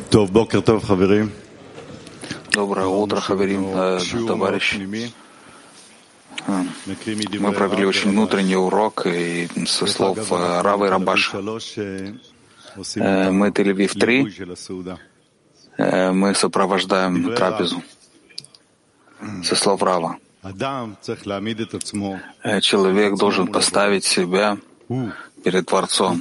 Доброе утро, товарищи. Мы провели очень внутренний урок и со слов Рава и Рабаша. Мы Тель-Авив-3, мы сопровождаем трапезу. Со слов Рава. Человек должен поставить себя перед Творцом.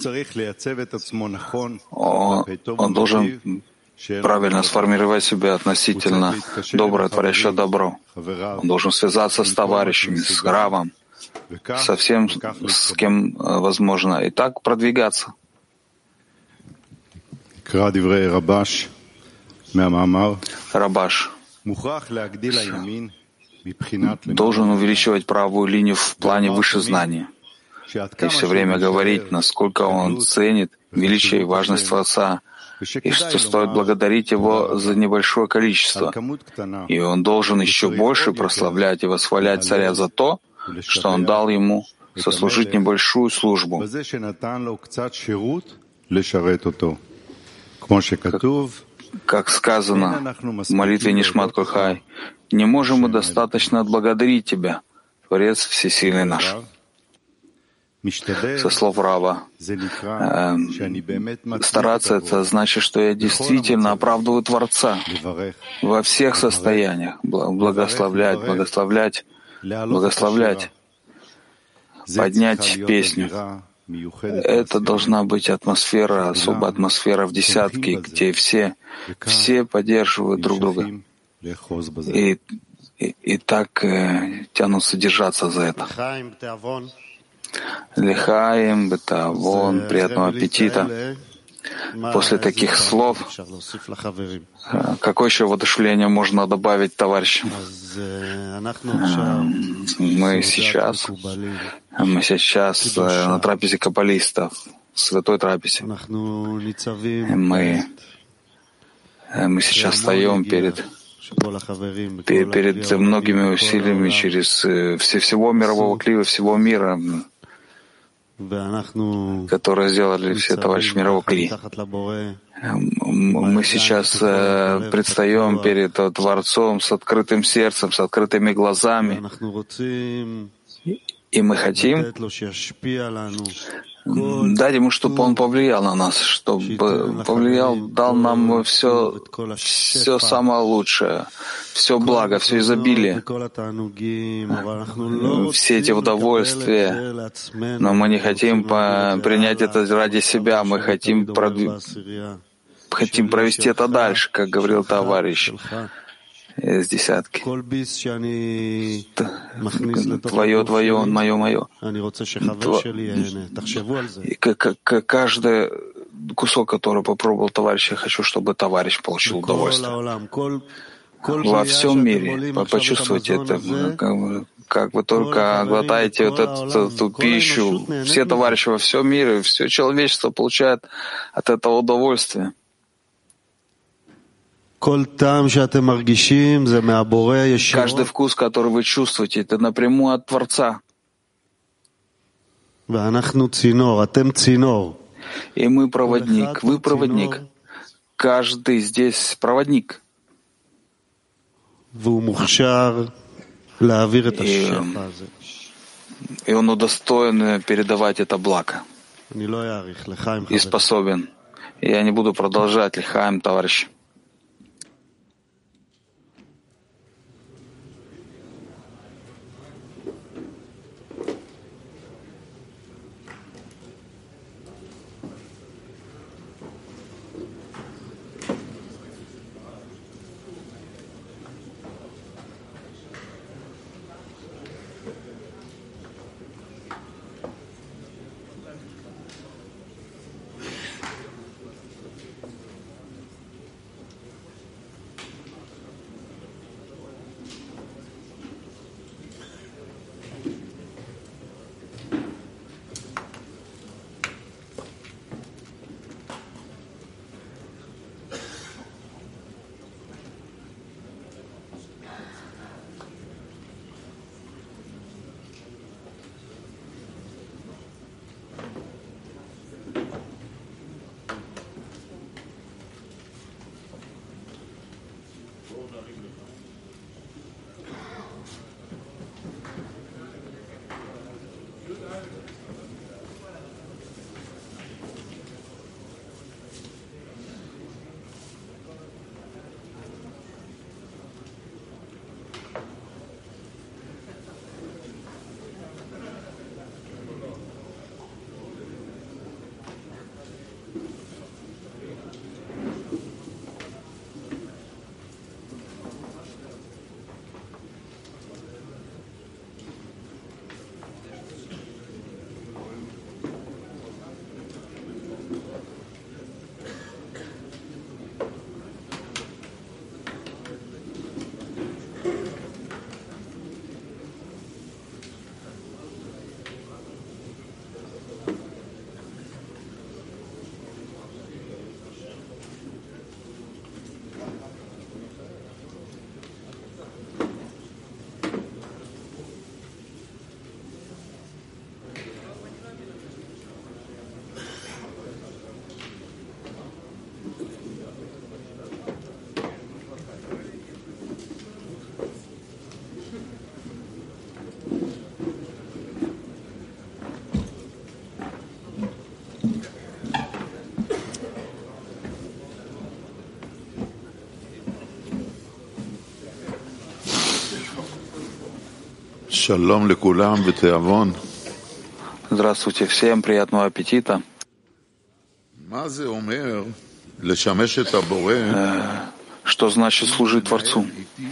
Он должен правильно сформировать себя относительно доброе, творящее добро. Он должен связаться с товарищами, с Равом, со всем, с кем возможно, и так продвигаться. Рабаш должен увеличивать правую линию в плане выше знания и все время говорить, насколько он ценит величие и важность Творца, и что стоит благодарить его за небольшое количество. И он должен еще больше прославлять и восхвалять царя за то, что он дал ему сослужить небольшую службу. Как сказано в молитве Нишмат Коль-Хай, не можем мы достаточно отблагодарить Тебя, Творец Всесильный наш. Со слов Рава, стараться — это значит, что я действительно оправдываю Творца во всех состояниях, благословлять, поднять песню. Это должна быть атмосфера, особая атмосфера в десятке, где все поддерживают друг друга и так тянутся держаться за это. Лихаим, бетавон, приятного аппетита. После таких слов, какое еще воодушевление можно добавить товарищам? Мы сейчас на трапезе каббалистов, святой трапезе. Мы сейчас встаем перед многими усилиями через всего мирового клива, всего мира, которые сделали все товарищи мирового кли. Мы сейчас предстаем перед Творцом с открытым сердцем, с открытыми глазами, и мы хотим дать ему, чтобы он повлиял на нас, чтобы повлиял, дал нам все самое лучшее, все благо, все изобилие, все эти удовольствия. Но мы не хотим принять это ради себя, мы хотим провести это дальше, как говорил товарищ из десятки. Твое, мое. И каждый кусок, который попробовал товарищ, я хочу, чтобы товарищ получил удовольствие. Во всем мире почувствуйте это, как вы только глотаете вот эту пищу, все товарищи во всем мире, все человечество получает от этого удовольствие. Каждый вкус, который вы чувствуете, это напрямую от Творца. И мы проводник, вы проводник. Каждый здесь проводник. И он удостоен передавать это благо. И способен. Я не буду продолжать, лихаем, товарищи. Здравствуйте всем, приятного аппетита. Что значит служить Творцу?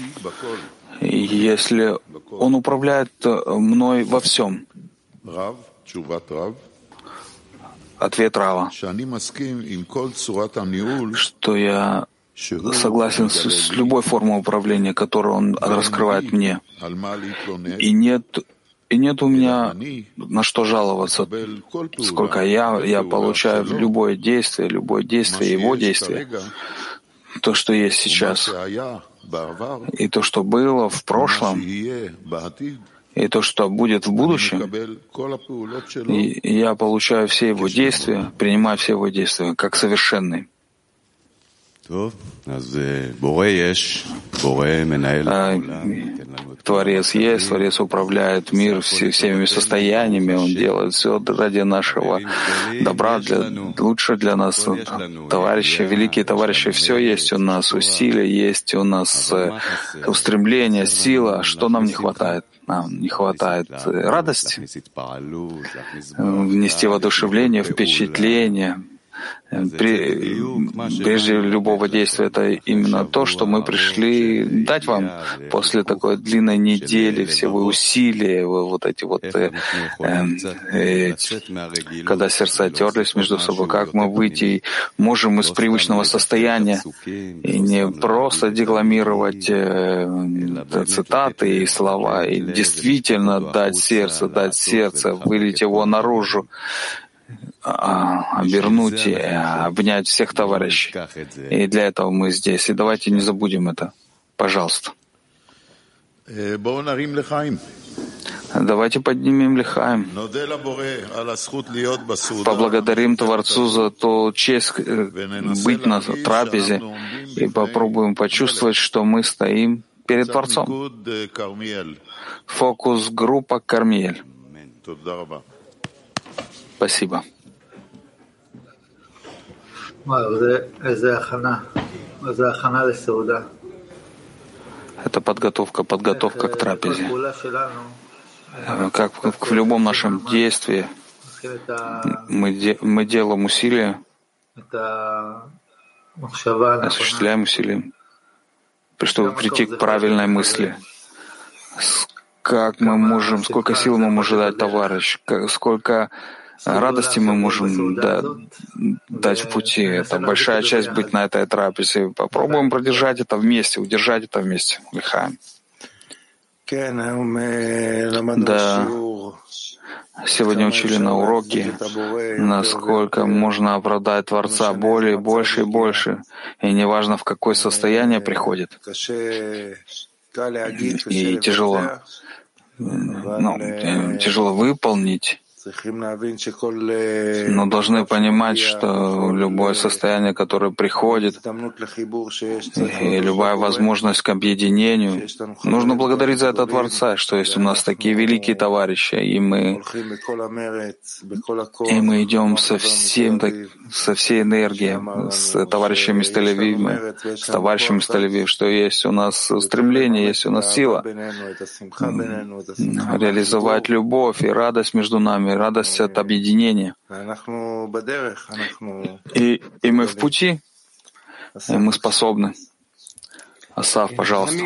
Если Он управляет мной во всем. Ответ Рава, что я согласен с любой формой управления, которую Он раскрывает мне. И нет у меня на что жаловаться. Сколько я получаю любое действие Его действие, то, что есть сейчас, и то, что было в прошлом, и то, что будет в будущем, и я получаю все Его действия, принимаю все Его действия как совершенные. Творец есть, Творец управляет мир всеми состояниями, Он делает все ради нашего добра, лучше для нас. Товарищи, великие товарищи, все есть у нас, усилия есть у нас, устремление, сила. Что нам не хватает? Нам не хватает радости, внести воодушевление, впечатление. Прежде любого действия это именно то, что мы пришли дать вам после такой длинной недели, все вы усилия, вот эти вот, когда сердца терлись между собой, как мы выйти можем из привычного состояния и не просто декламировать цитаты и слова, и действительно дать сердце, вылить его наружу, обернуть и обнять всех товарищей. И для этого мы здесь. И давайте не забудем это. Пожалуйста. Давайте поднимем лихаим. Поблагодарим Творцу за ту честь быть на трапезе и попробуем почувствовать, что мы стоим перед Творцом. Фокус-группа Кармиэль. Спасибо. Это подготовка к трапезе. Как в любом нашем действии мы делаем усилия, осуществляем усилия, чтобы прийти к правильной мысли. Как мы можем, сколько сил мы можем дать товарищ, сколько радости мы можем дать в пути. Это большая часть быть на этой трапезе. Попробуем продержать это вместе, удержать это вместе. Лихаем. Да. Сегодня учили на уроке, насколько можно оправдать Творца более, больше и больше. И неважно, в какое состояние приходит. И тяжело выполнить Но должны понимать, что любое состояние, которое приходит, и любая возможность к объединению, нужно благодарить за это Творца, что есть у нас такие великие товарищи, и мы идем со всей энергией, с товарищами из Тель-Авива, с товарищами из Тель-Авива, что есть у нас устремление, есть у нас сила реализовать любовь и радость между нами, радость от объединения. И мы в пути, и мы способны. Асав, пожалуйста.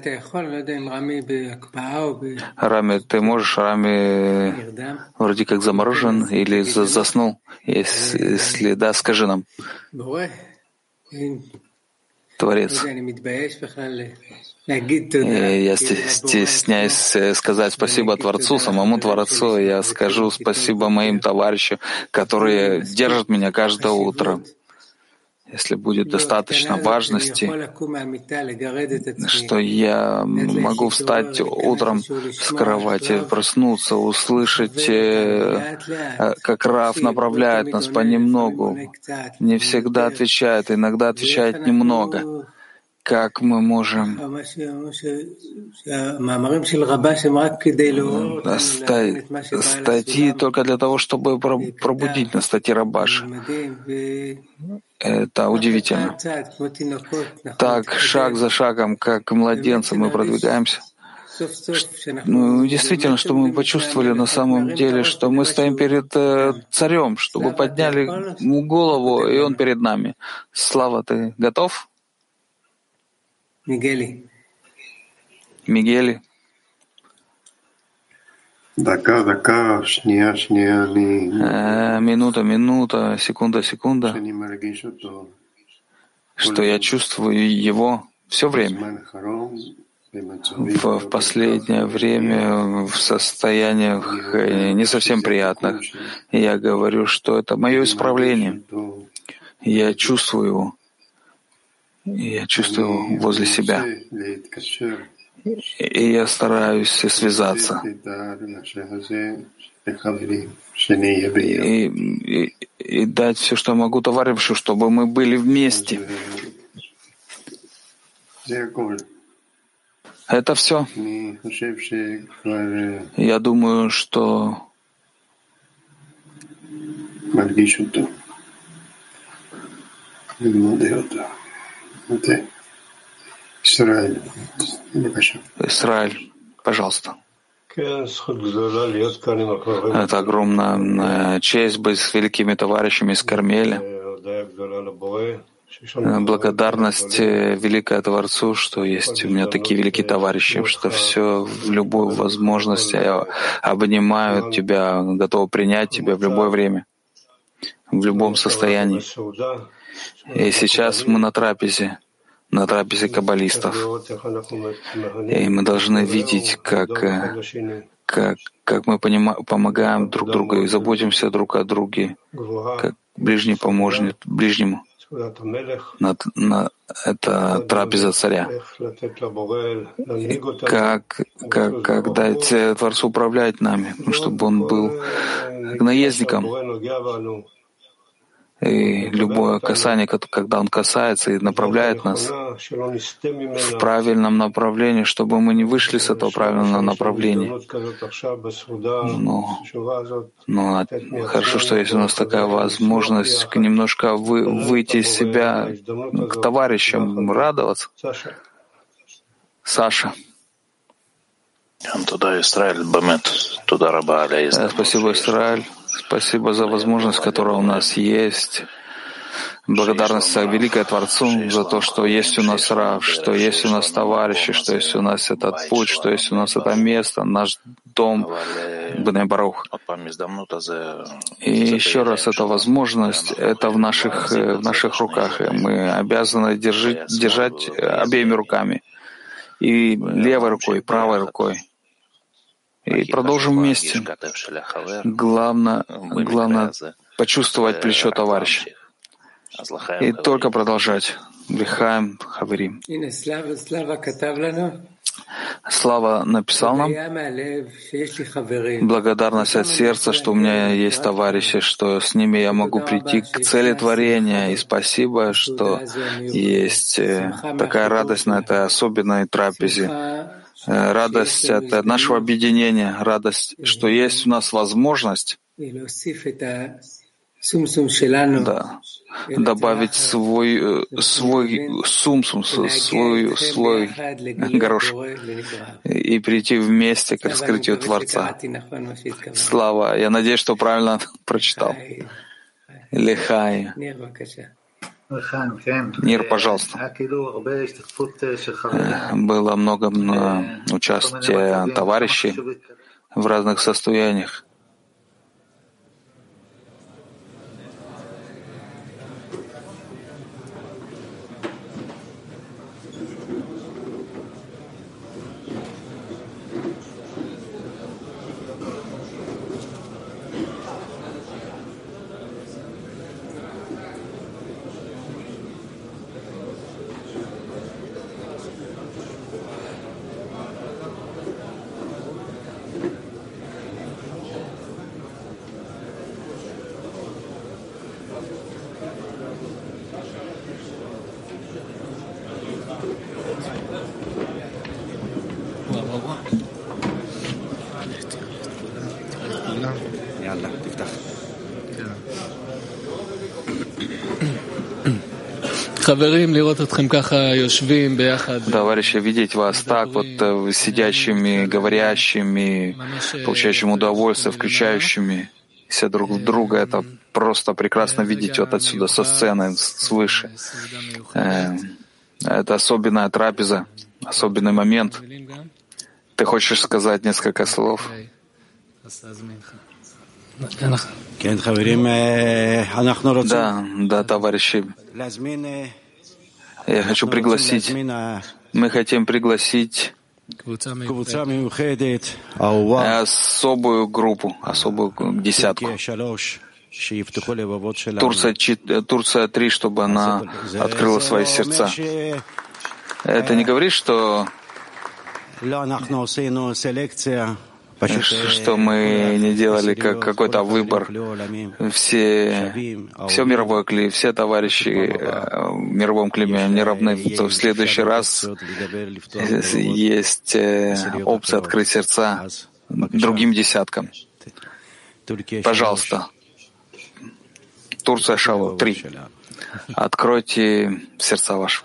Рами, ты можешь? Рами вроде как заморожен или заснул? Если да, скажи нам. Творец. Я стесняюсь сказать спасибо Творцу, самому Творцу. Я скажу спасибо моим товарищам, которые держат меня каждое утро. Если будет достаточно важности, что я могу встать утром с кровати, проснуться, услышать, как Рав направляет нас понемногу, не всегда отвечает, иногда отвечает немного. Как мы можем статьи только для того, чтобы пробудить нас, статьи Рабаша. Это удивительно. Так, шаг за шагом, как младенцы, мы продвигаемся. Ну, действительно, что мы почувствовали на самом деле, что мы стоим перед царем, чтобы подняли ему голову, и он перед нами. Слава, ты готов? Мигели. Минута, секунда. Что я чувствую его все время. В последнее время в состояниях не совсем приятных. Я говорю, что это мое исправление. Я чувствую его. Я чувствую возле себя. И я стараюсь связаться. И дать все, что могу товарищу, чтобы мы были вместе. Это все. Я думаю, что Израиль, пожалуйста. Это огромная честь быть с великими товарищами из Кармеля. Благодарность великая Творцу, что есть у меня такие великие товарищи, что все в любую возможность обнимают тебя, готовы принять тебя в любое время, в любом состоянии. И сейчас мы на трапезе каббалистов. И мы должны видеть, как мы помогаем друг другу и заботимся друг о друге, как ближний поможет ближнему. Это трапеза царя. Как дать Творцу управлять нами, чтобы он был наездником. И любое касание, когда он касается и направляет нас в правильном направлении, чтобы мы не вышли с этого правильного направления. Но хорошо, что есть у нас такая возможность немножко выйти из себя к товарищам, радоваться. Саша. Спасибо, Израиль. Спасибо за возможность, которая у нас есть. Благодарность великой Творцу за то, что есть у нас Рав, что есть у нас товарищи, что есть у нас этот путь, что есть у нас это место, наш дом, Бней Барух. И еще раз, эта возможность, это в наших руках. И мы обязаны держать обеими руками. И левой рукой, и правой рукой. И продолжим вместе. Главное почувствовать плечо товарища. И только продолжать. Лихаем, хаверим. Слава написал нам благодарность от сердца, что у меня есть товарищи, что с ними я могу прийти к цели творения. И спасибо, что есть такая радость на этой особенной трапезе. Радость от нашего объединения, радость, что есть у нас возможность добавить свой сумсум, свой слой горошек и прийти вместе к раскрытию Творца. Слава, я надеюсь, что правильно прочитал. Лехай. Нир, пожалуйста. Было много участия товарищей в разных состояниях. Товарищи, видеть вас так, вот сидящими, говорящими, получающими удовольствие, включающими все друг в друга, это просто прекрасно видеть вот отсюда, со сцены, свыше. Это особенная трапеза, особенный момент. Ты хочешь сказать несколько слов? Да, товарищи. Я хочу пригласить, мы хотим пригласить особую группу, особую десятку. Турция 3, чтобы она открыла свои сердца. Это не говорит, что мы не делали какой-то выбор. Все мировое клей, все товарищи в мировом климе не равны. То в следующий раз есть опция открыть сердца другим десяткам. Пожалуйста, Турция Шалу 3. Откройте сердца ваши.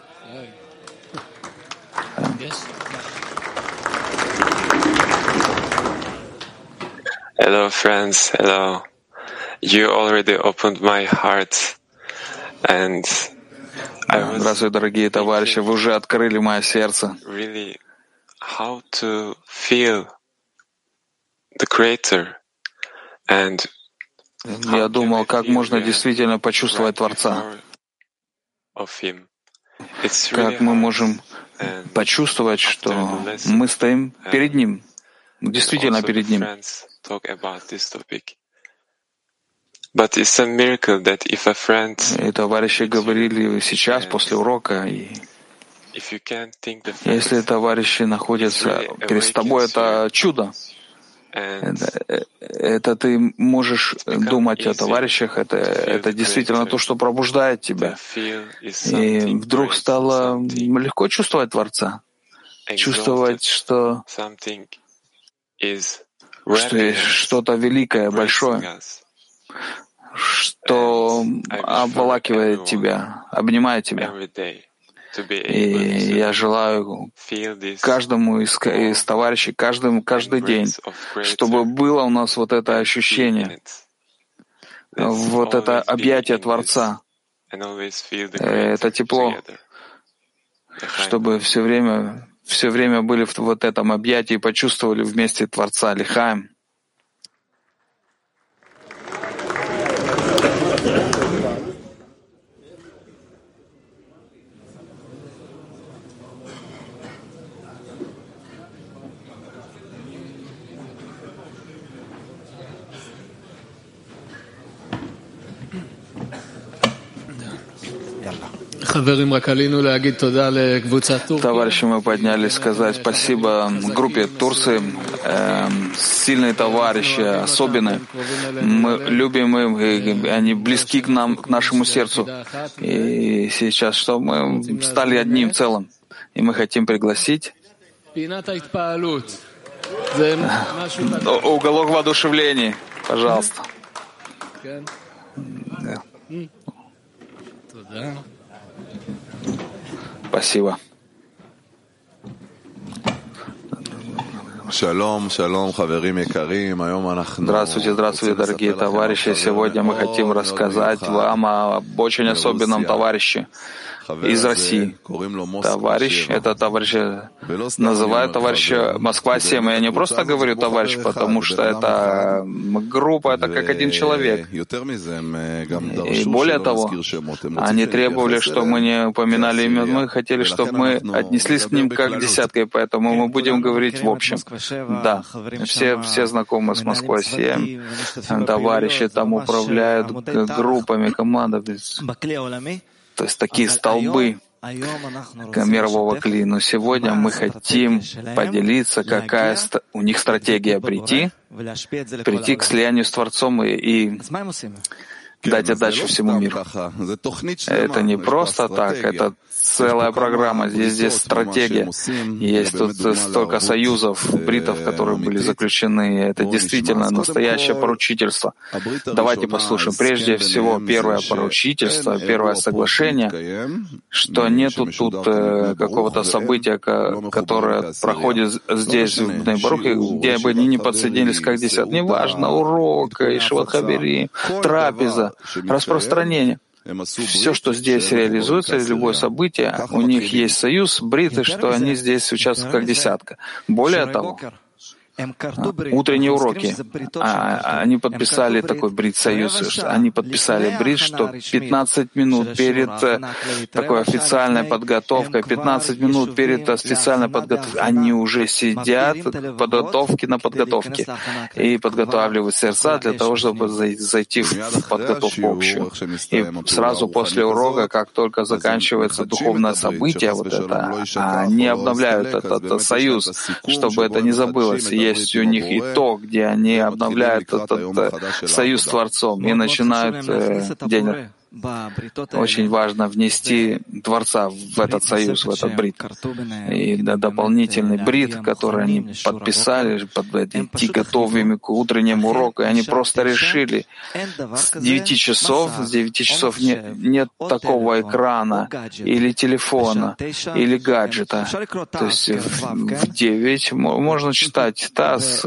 Hello, friends. Hello. You already opened my heart, and Здравствуйте, дорогие товарищи. Вы уже открыли мое сердце. Really, how to feel the Creator, and я думал, как можно действительно почувствовать Творца. Как мы можем почувствовать, что мы стоим перед Ним, действительно перед Ним. И товарищи говорили сейчас, после урока, и если товарищи находятся перед тобой, это чудо. Это ты можешь думать о товарищах, это действительно то, что пробуждает тебя. И вдруг стало легко чувствовать Творца, чувствовать, что есть что-то великое, большое, что обволакивает тебя, обнимает тебя. И я желаю каждому из товарищей, каждый день, чтобы было у нас вот это ощущение, вот это объятие Творца, это тепло, чтобы все время были в вот этом объятии и почувствовали вместе Творца, Лихаем. Товарищи, мы поднялись сказать спасибо группе Турции, сильные товарищи, особенные. Мы любим их, и они близки к нам, к нашему сердцу. И сейчас, что мы стали одним целым. И мы хотим пригласить уголок воодушевлений. Пожалуйста. Да. Спасибо. Здравствуйте, здравствуйте, дорогие товарищи. Сегодня мы хотим рассказать вам об очень особенном товарище из России. Это товарищ называют товарища Москва-7. Я не просто говорю товарищ, потому что это группа, это как один человек. И более того, они требовали, чтобы мы не упоминали имя. Мы хотели, чтобы мы отнеслись к ним как десяткой, поэтому мы будем говорить в общем. Да, все знакомы с Москва-7. Товарищи там управляют группами, командами. То есть такие столбы мирового кли. Но сегодня мы хотим поделиться, какая у них стратегия прийти к слиянию с Творцом и дать отдачу всему миру. Это не просто так, это целая программа, здесь стратегия. Есть тут столько союзов, бритов, которые были заключены. Это действительно настоящее поручительство. Давайте послушаем. Прежде всего, первое поручительство, первое соглашение, что нету тут какого-то события, которое проходит здесь, в Бней-Барухе, где бы они не подсоединились как десят. Неважно, урок, Ишиват Хабери, трапеза, распространение. Все, что здесь реализуется, любое событие, у них есть союз, бриты, что они здесь участвуют как десятка. Более того, утренние уроки. Они подписали такой брит-союз, они подписали брит, что 15 минут перед такой официальной подготовкой, 15 минут перед официальной подготовкой, они уже сидят подготовки на подготовке и подготавливают сердца для того, чтобы зайти в подготовку общую. И сразу после урока, как только заканчивается духовное событие, вот это, они обновляют этот союз, чтобы это не забылось. Есть у них итог, где они обновляют этот союз с Творцом и начинают день. Очень важно внести Творца в этот союз, в этот брит. И дополнительный брит, который они подписали, идти готовыми к утреннему уроку, и они просто решили с 9 часов нет такого экрана или телефона, или гаджета. То есть в 9 можно читать ТАСС.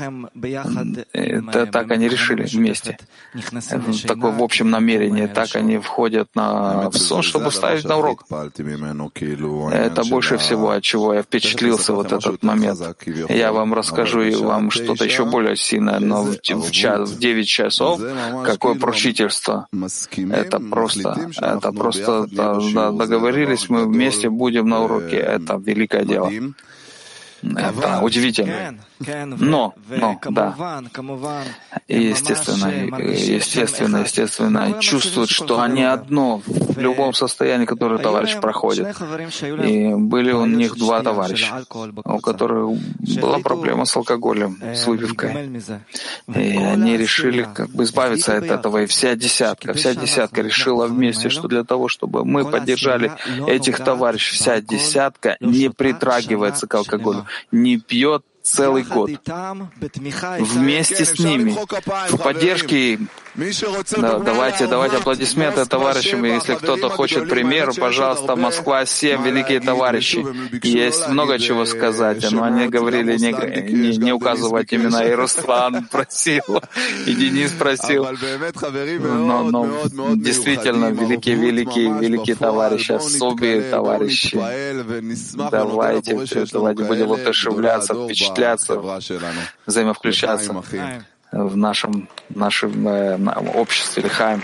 Это так они решили вместе. Такое в общем намерение. Так они входят в сон, чтобы вставить на урок. Это больше всего, от чего я впечатлился вот этот момент. Я вам расскажу и вам что-то еще более сильное, но в 9 часов какое поручительство. Это просто договорились, мы вместе будем на уроке. Это великое дело. Это удивительно. Но, да. И естественно, чувствуют, что они одно в любом состоянии, которое товарищ проходит. И были у них два товарища, у которых была проблема с алкоголем, с выпивкой. И они решили как бы избавиться от этого. И вся десятка решила вместе, что для того, чтобы мы поддержали этих товарищей, вся десятка не притрагивается к алкоголю, не пьет целый год. Вместе с ними, в поддержке им. Давайте аплодисменты товарищам. Если кто-то хочет пример, пожалуйста, Москва-7, великие товарищи. Есть много чего сказать, но они говорили не указывать имена. И Руслан просил, и Денис просил. Но действительно, великие товарищи, особые товарищи. Давайте будем воодушевляться, впечатляться, взаимовключаться в нашем обществе Лихаим.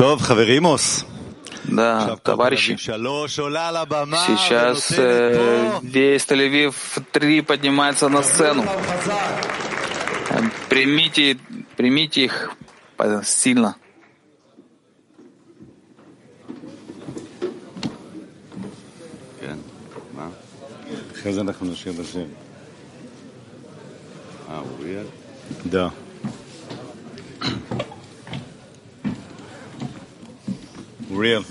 Да, товарищи, сейчас весь Тель-Авив-3 поднимается на сцену. Примите их сильно. Да. אוריאל,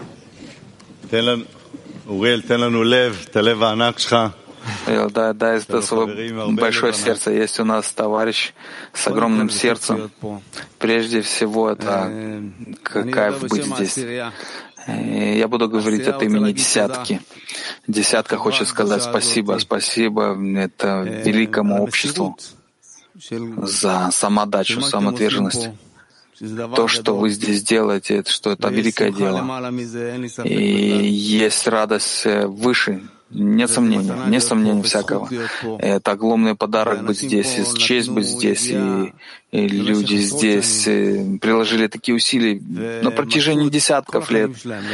תן לנו לב, את הלב הענק שלך. Дай свое большое сердце. Есть у нас товарищ с огромным сердцем. Прежде всего, это кайф быть здесь. Я буду говорить от имени десятки. Десятка хочет сказать спасибо. Спасибо это великому обществу за самоотдачу, самоотверженность. То, что вы здесь делаете, что это великое дело. И есть радость выше, нет сомнений всякого. Это огромный подарок быть здесь, и честь быть здесь. И люди здесь приложили такие усилия на протяжении десятков лет.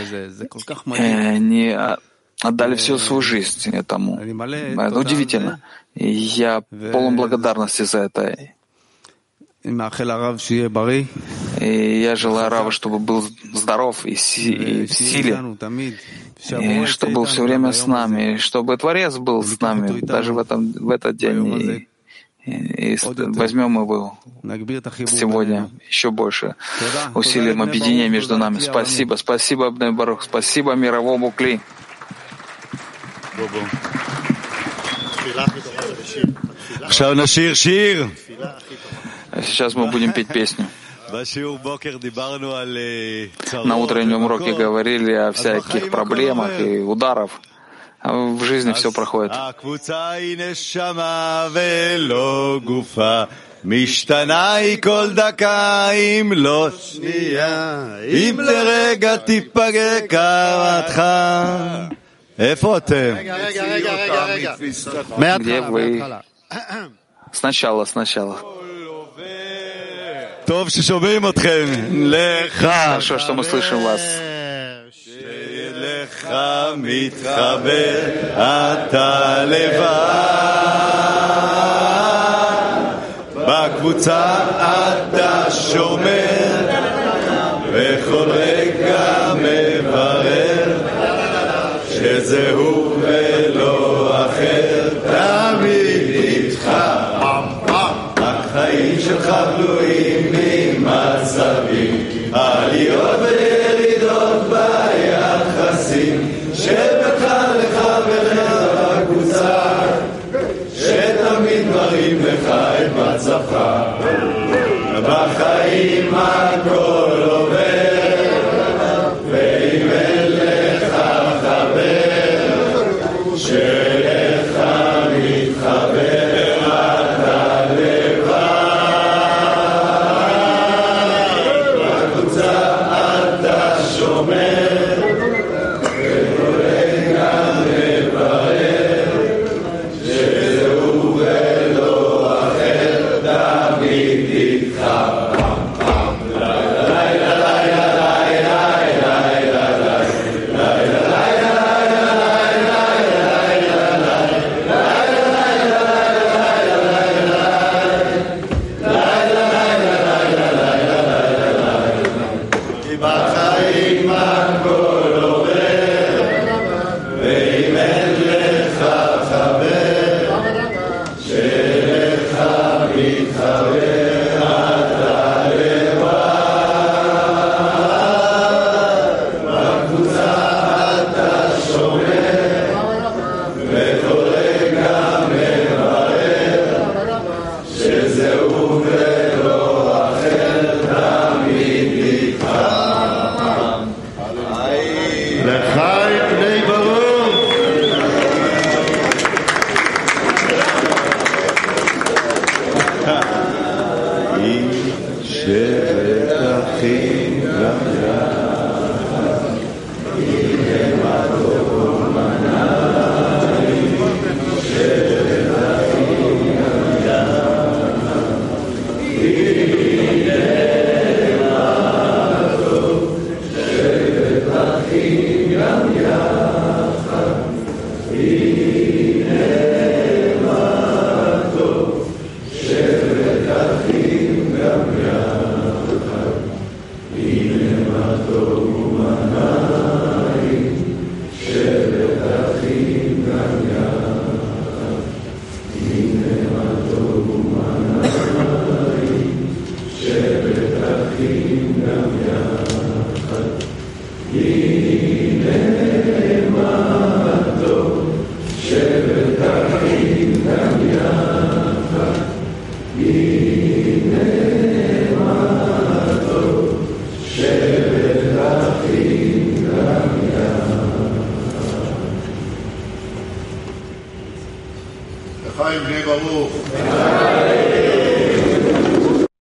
Они отдали всю свою жизнь этому. Это удивительно. И я полон благодарности за это. И я желаю Раву, чтобы был здоров и в силе, и чтобы был все время с нами, и чтобы Творец был с нами даже в этот день. И возьмем его сегодня еще больше, усилием объединения между нами. Спасибо, спасибо, Абней Барух, спасибо мировому Кли. Сейчас мы будем петь песню. На утреннем уроке говорили о всяких проблемах и ударах. А в жизни все проходит. משתנה היא כל דקה אם לא שנייה אם לרגע תיפגע קרתך איפה אתם? Где вы? Сначала. טוב ששומעים אתכם לך Хорошо, что мы слышим вас. שלך מתחבר אתה לבד בקבוצה אתה שומר וכל רגע מברר שזהו ולא אחר תמיד איתך החיים שלך בלויים ממצבים עליות וירידות ביחסים שבך לך בקבוצה שתמיד מראים לך את מצבך בחיים הכל עובר ואם אין לך חבר שלך מתחבר אתה לבד בקבוצה אתה שומר וכל רגע מברר שזהו ולא אחר תמיד איתך בחיים הכל עובר ואם אין לך חבר שלך מתחבר אתה לבד בקבוצה אתה שומר וכל רגע מברר שזהו ולא אחר תמיד איתך Chaim Bnei Baruch.